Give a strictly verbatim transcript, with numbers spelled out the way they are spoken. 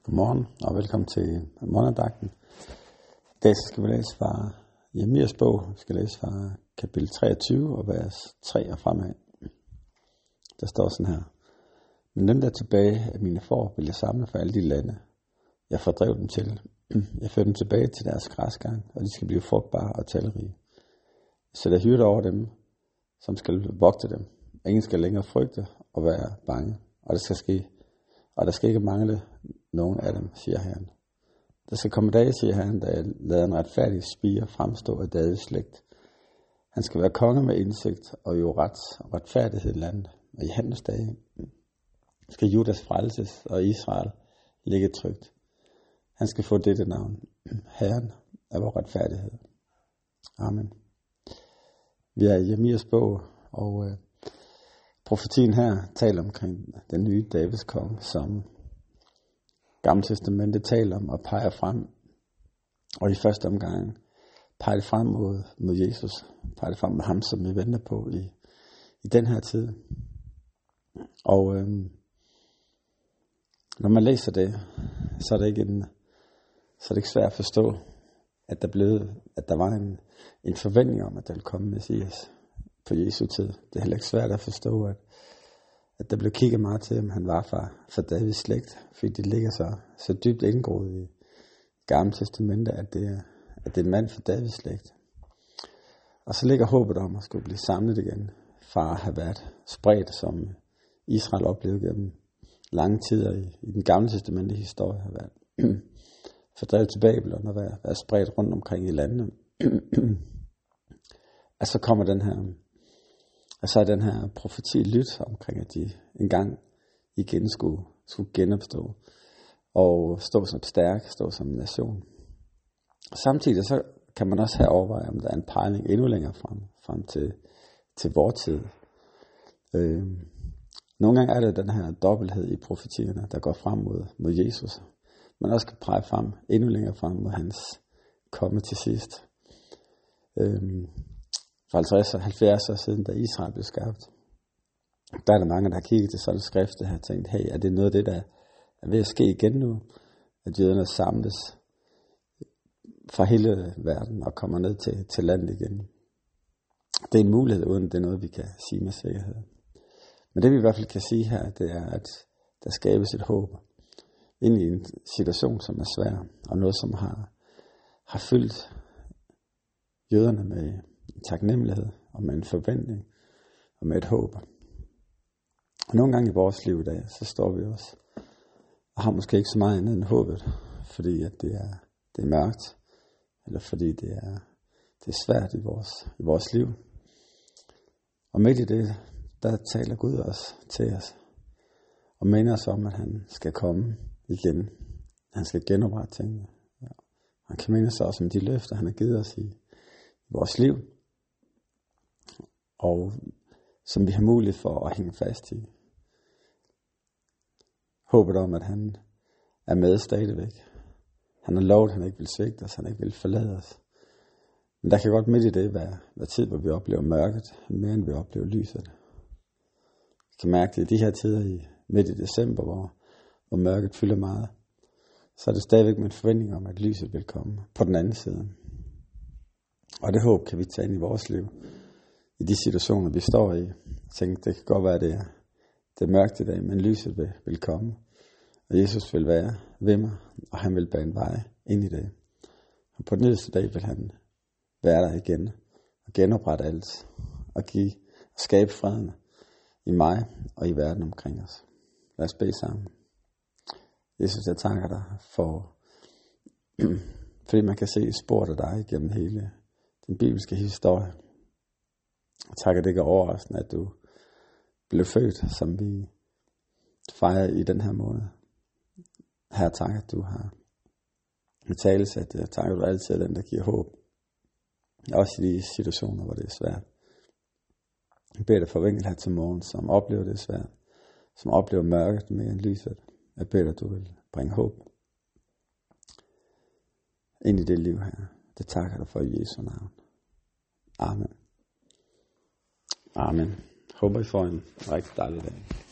Godmorgen og velkommen til morgenandagten. I dag skal vi læse fra Jeremias bog. Vi skal læse fra kapitel treogtyve og vers tre og fremad. Der står sådan her: Men dem der tilbage af mine får vil jeg samle fra alle de lande, jeg fordrev dem til. Jeg fører dem tilbage til deres græsgang, og de skal blive frugtbare og talrige. Så der hyrder over dem, som skal vogte dem. Ingen skal længere frygte og være bange, og det skal ske. Og der skal ikke mangle nogen af dem, siger Herren. Der skal komme dag, siger Herren, da jeg lader en retfærdig spire fremstå af Davids slægt. Han skal være konge med indsigt og jo ret og retfærdighed i landet. Og i hans dage skal Judas frelses og Israel ligge trygt. Han skal få dette navn: Herren er vor retfærdighed. Amen. Vi er i Jeremias bog, og øh, profetien her taler omkring den nye Davids konge, som Gamle Testamentet taler om og peger frem. Og i første omgang peger det frem mod, mod Jesus, peger det frem mod ham, som vi venter på i, i den her tid. Og øhm, når man læser det, så er det ikke en, så er det ikke svært at forstå, at der blev, at der var en, en forventning om, at der ville komme Messias på Jesu tid. Det er heller ikke svært at forstå, at, at der blev kigget meget til, om han var fra, fra Davids slægt, fordi det ligger så, så dybt indgroet i Gamle Testamentet, at det, er, at det er en mand fra Davids slægt. Og så ligger håbet om at skulle blive samlet igen, fra at have været spredt, som Israel oplevede gennem lange tider i, i den Gamle Testamentet historie, har været fordrevet til Babylon og været, været spredt rundt omkring i landene. Og så kommer den her, og så er den her profeti lyt omkring, at de engang igen skulle, skulle genopstå og stå som stærk, stå som nation. Og samtidig så kan man også have overveje, om der er en pejling endnu længere frem, frem til, til vor tid. Øh, nogle gange er det den her dobbelthed i profetierne, der går frem mod, mod Jesus. Man også kan pege frem endnu længere frem mod hans komme til sidst. Øh, For halvtreds og halvfjerds år siden, da Israel blev skabt, der er der mange, der har kigget til sådan et skrift, der har tænkt, hey, er det noget af det, der er ved at ske igen nu? At jøderne samles fra hele verden og kommer ned til, til landet igen. Det er en mulighed, uden det er noget, vi kan sige med sikkerhed. Men det vi i hvert fald kan sige her, det er, at der skabes et håb ind i en situation, som er svær, og noget, som har, har fyldt jøderne med en taknemmelighed og med en forventning og med et håb. Og nogle gange i vores liv i dag, så står vi også og har måske ikke så meget andet end håbet, fordi at det er, det er mørkt, eller fordi det er, det er svært i vores, i vores liv. Og midt i det, der taler Gud også til os og minder os om, at han skal komme igen. Han skal genoprette tingene. Ja. Han kan minde sig også om de løfter, han har givet os i, i vores liv, og som vi har mulighed for at hænge fast i. Håbet om, at han er med stadigvæk. Han har lovet, at han ikke vil svigte os, han ikke vil forlade os. Men der kan godt midt i det være, være tid, hvor vi oplever mørket, mere end vi oplever lyset. Vi kan mærke det i de her tider i midt i december, hvor, hvor mørket fylder meget. Så er det stadigvæk med en forventning om, at lyset vil komme på den anden side. Og det håb kan vi tage ind i vores liv. I de situationer, vi står i. Jeg tænker, det kan godt være, at det er, det er mørkt i dag, men lyset vil, vil komme. Og Jesus vil være ved mig, og han vil bane vej ind i det. Og på den næste dag vil han være der igen, og genoprette alt, og give og skabe freden i mig og i verden omkring os. Lad os bede sammen. Jesus, jeg takker dig for, fordi man kan se spor af dig gennem hele den bibelske historie. Jeg takker, det ikke er overraskende, at du blev født, som vi fejrer i den her måned. Her tak, at du har betalesat det. Tak, at du altid er den, der giver håb. Også i de situationer, hvor det er svært. Jeg beder dig for vinkel her til morgen, som oplever det svært. Som oplever mørket mere end lyset. Jeg beder dig, at du vil bringe håb ind i det liv her. Det takker dig for i Jesu navn. Amen. Amen. Håber I får en rigtig dejlig dag.